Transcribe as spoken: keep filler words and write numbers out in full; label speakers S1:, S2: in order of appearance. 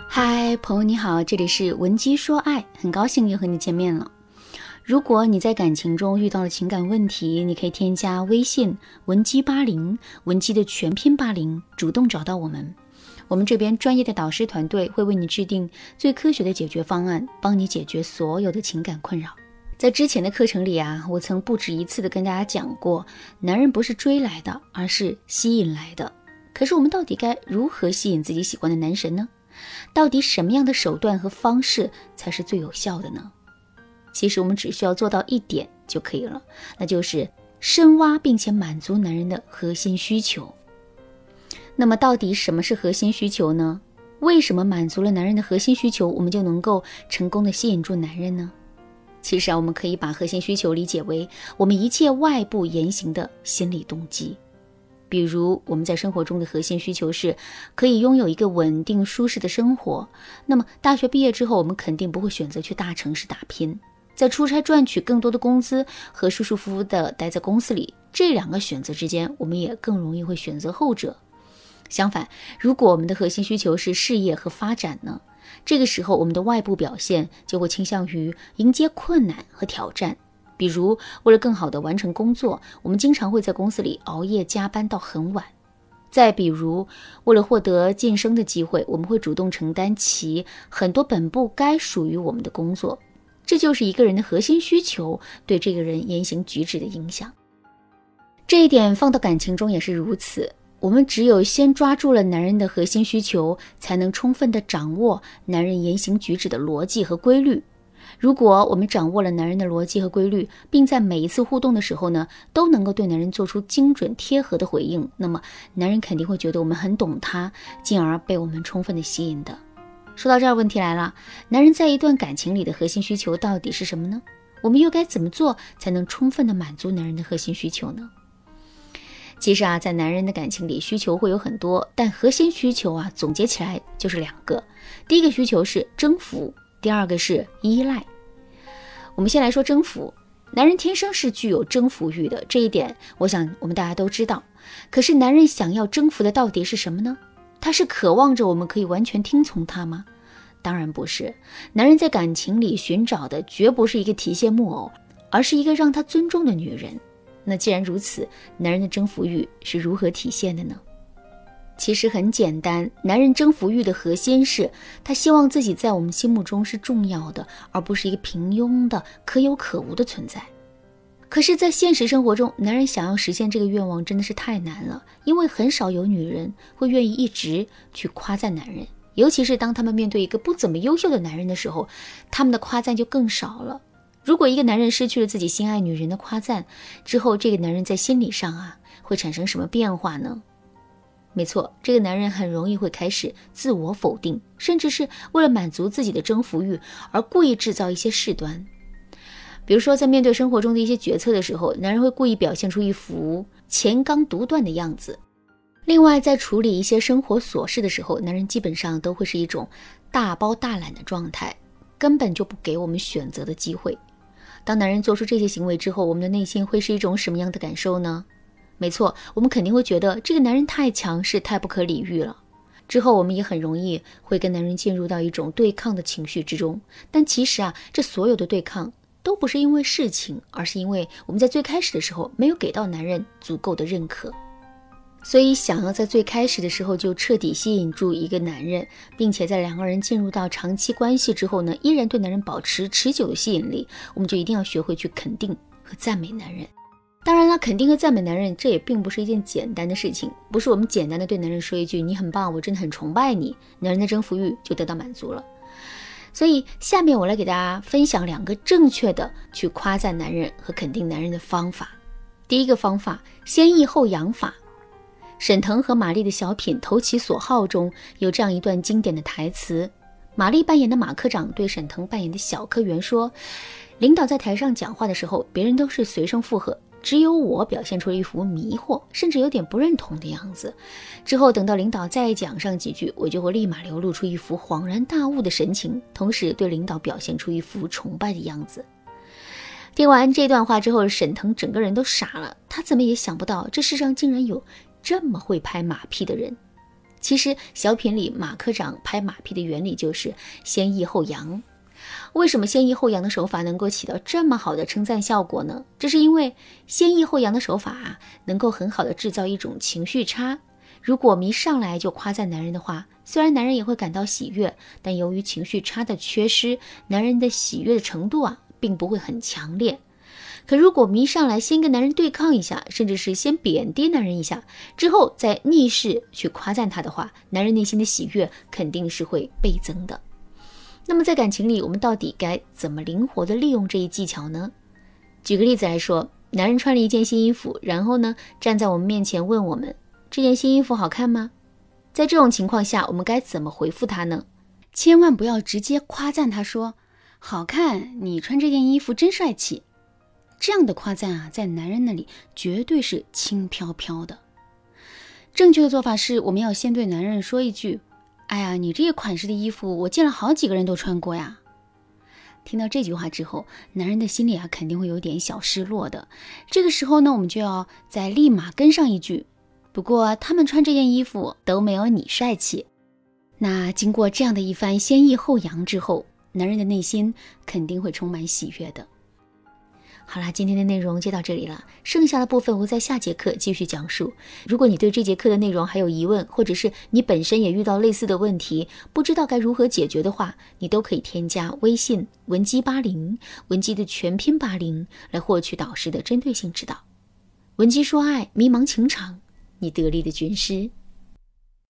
S1: 嗨，朋友你好，这里是文姬说爱，很高兴又和你见面了。如果你在感情中遇到了情感问题，你可以添加微信文姬八零，文姬的全拼八零，主动找到我们。我们这边专业的导师团队会为你制定最科学的解决方案，帮你解决所有的情感困扰。在之前的课程里啊，我曾不止一次的跟大家讲过，男人不是追来的，而是吸引来的。可是我们到底该如何吸引自己喜欢的男神呢？到底什么样的手段和方式才是最有效的呢？其实我们只需要做到一点就可以了，那就是深挖并且满足男人的核心需求。那么到底什么是核心需求呢？为什么满足了男人的核心需求，我们就能够成功的吸引住男人呢？其实啊，我们可以把核心需求理解为我们一切外部言行的心理动机。比如我们在生活中的核心需求是可以拥有一个稳定舒适的生活，那么大学毕业之后，我们肯定不会选择去大城市打拼，在出差赚取更多的工资和舒舒服服的待在公司里，这两个选择之间，我们也更容易会选择后者。相反，如果我们的核心需求是事业和发展呢，这个时候我们的外部表现就会倾向于迎接困难和挑战。比如为了更好地完成工作，我们经常会在公司里熬夜加班到很晚。再比如为了获得晋升的机会，我们会主动承担起很多本不该属于我们的工作。这就是一个人的核心需求对这个人言行举止的影响。这一点放到感情中也是如此，我们只有先抓住了男人的核心需求，才能充分地掌握男人言行举止的逻辑和规律。如果我们掌握了男人的逻辑和规律，并在每一次互动的时候呢，都能够对男人做出精准贴合的回应，那么男人肯定会觉得我们很懂他，进而被我们充分的吸引的。说到这儿，问题来了，男人在一段感情里的核心需求到底是什么呢？我们又该怎么做才能充分的满足男人的核心需求呢？其实啊，在男人的感情里，需求会有很多，但核心需求啊，总结起来就是两个。第一个需求是征服，第二个是依赖。我们先来说征服。男人天生是具有征服欲的，这一点我想我们大家都知道。可是男人想要征服的到底是什么呢？他是渴望着我们可以完全听从他吗？当然不是。男人在感情里寻找的绝不是一个提线木偶，而是一个让他尊重的女人。那既然如此，男人的征服欲是如何体现的呢？其实很简单，男人征服欲的核心是他希望自己在我们心目中是重要的，而不是一个平庸的可有可无的存在。可是在现实生活中，男人想要实现这个愿望真的是太难了，因为很少有女人会愿意一直去夸赞男人，尤其是当他们面对一个不怎么优秀的男人的时候，他们的夸赞就更少了。如果一个男人失去了自己心爱女人的夸赞之后，这个男人在心理上啊会产生什么变化呢？没错，这个男人很容易会开始自我否定，甚至是为了满足自己的征服欲而故意制造一些事端。比如说在面对生活中的一些决策的时候，男人会故意表现出一副钱刚独断的样子。另外在处理一些生活琐事的时候，男人基本上都会是一种大包大揽的状态，根本就不给我们选择的机会。当男人做出这些行为之后，我们的内心会是一种什么样的感受呢？没错，我们肯定会觉得这个男人太强势，太不可理喻了。之后我们也很容易会跟男人进入到一种对抗的情绪之中。但其实啊，这所有的对抗都不是因为事情，而是因为我们在最开始的时候没有给到男人足够的认可。所以想要在最开始的时候就彻底吸引住一个男人，并且在两个人进入到长期关系之后呢，依然对男人保持持久的吸引力，我们就一定要学会去肯定和赞美男人。当然了，肯定和赞美男人这也并不是一件简单的事情，不是我们简单的对男人说一句你很棒，我真的很崇拜你，男人的征服欲就得到满足了。所以下面我来给大家分享两个正确的去夸赞男人和肯定男人的方法。第一个方法，先抑后扬法。沈腾和马丽的小品《投其所好》中有这样一段经典的台词，马丽扮演的马科长对沈腾扮演的小科员说，领导在台上讲话的时候，别人都是随声附和，只有我表现出了一副迷惑，甚至有点不认同的样子。之后等到领导再讲上几句，我就会立马流露出一副恍然大悟的神情，同时对领导表现出一副崇拜的样子。听完这段话之后，沈腾整个人都傻了，他怎么也想不到这世上竟然有这么会拍马屁的人。 其实小品里马科长拍马屁的原理就是先抑后扬。为什么先抑后扬的手法能够起到这么好的称赞效果呢？这是因为先抑后扬的手法啊，能够很好的制造一种情绪差。如果我们一上来就夸赞男人的话，虽然男人也会感到喜悦，但由于情绪差的缺失，男人的喜悦的程度啊，并不会很强烈。可如果我们一上来先跟男人对抗一下，甚至是先贬低男人一下，之后再逆势去夸赞他的话，男人内心的喜悦肯定是会倍增的。那么在感情里，我们到底该怎么灵活的利用这一技巧呢？举个例子来说，男人穿了一件新衣服，然后呢，站在我们面前问我们，这件新衣服好看吗？在这种情况下，我们该怎么回复他呢？千万不要直接夸赞他说，好看，你穿这件衣服真帅气。这样的夸赞啊，在男人那里绝对是轻飘飘的。正确的做法是，我们要先对男人说一句，哎呀，你这个款式的衣服我见了好几个人都穿过呀。听到这句话之后，男人的心里啊肯定会有点小失落的。这个时候呢，我们就要再立马跟上一句，不过他们穿这件衣服都没有你帅气。那经过这样的一番先抑后扬之后，男人的内心肯定会充满喜悦的。好啦，今天的内容就到这里了，剩下的部分我在下节课继续讲述。如果你对这节课的内容还有疑问，或者是你本身也遇到类似的问题，不知道该如何解决的话，你都可以添加微信文姬八零，文姬的全拼八零，来获取导师的针对性指导。文姬说爱，迷茫情场，你得力的军师。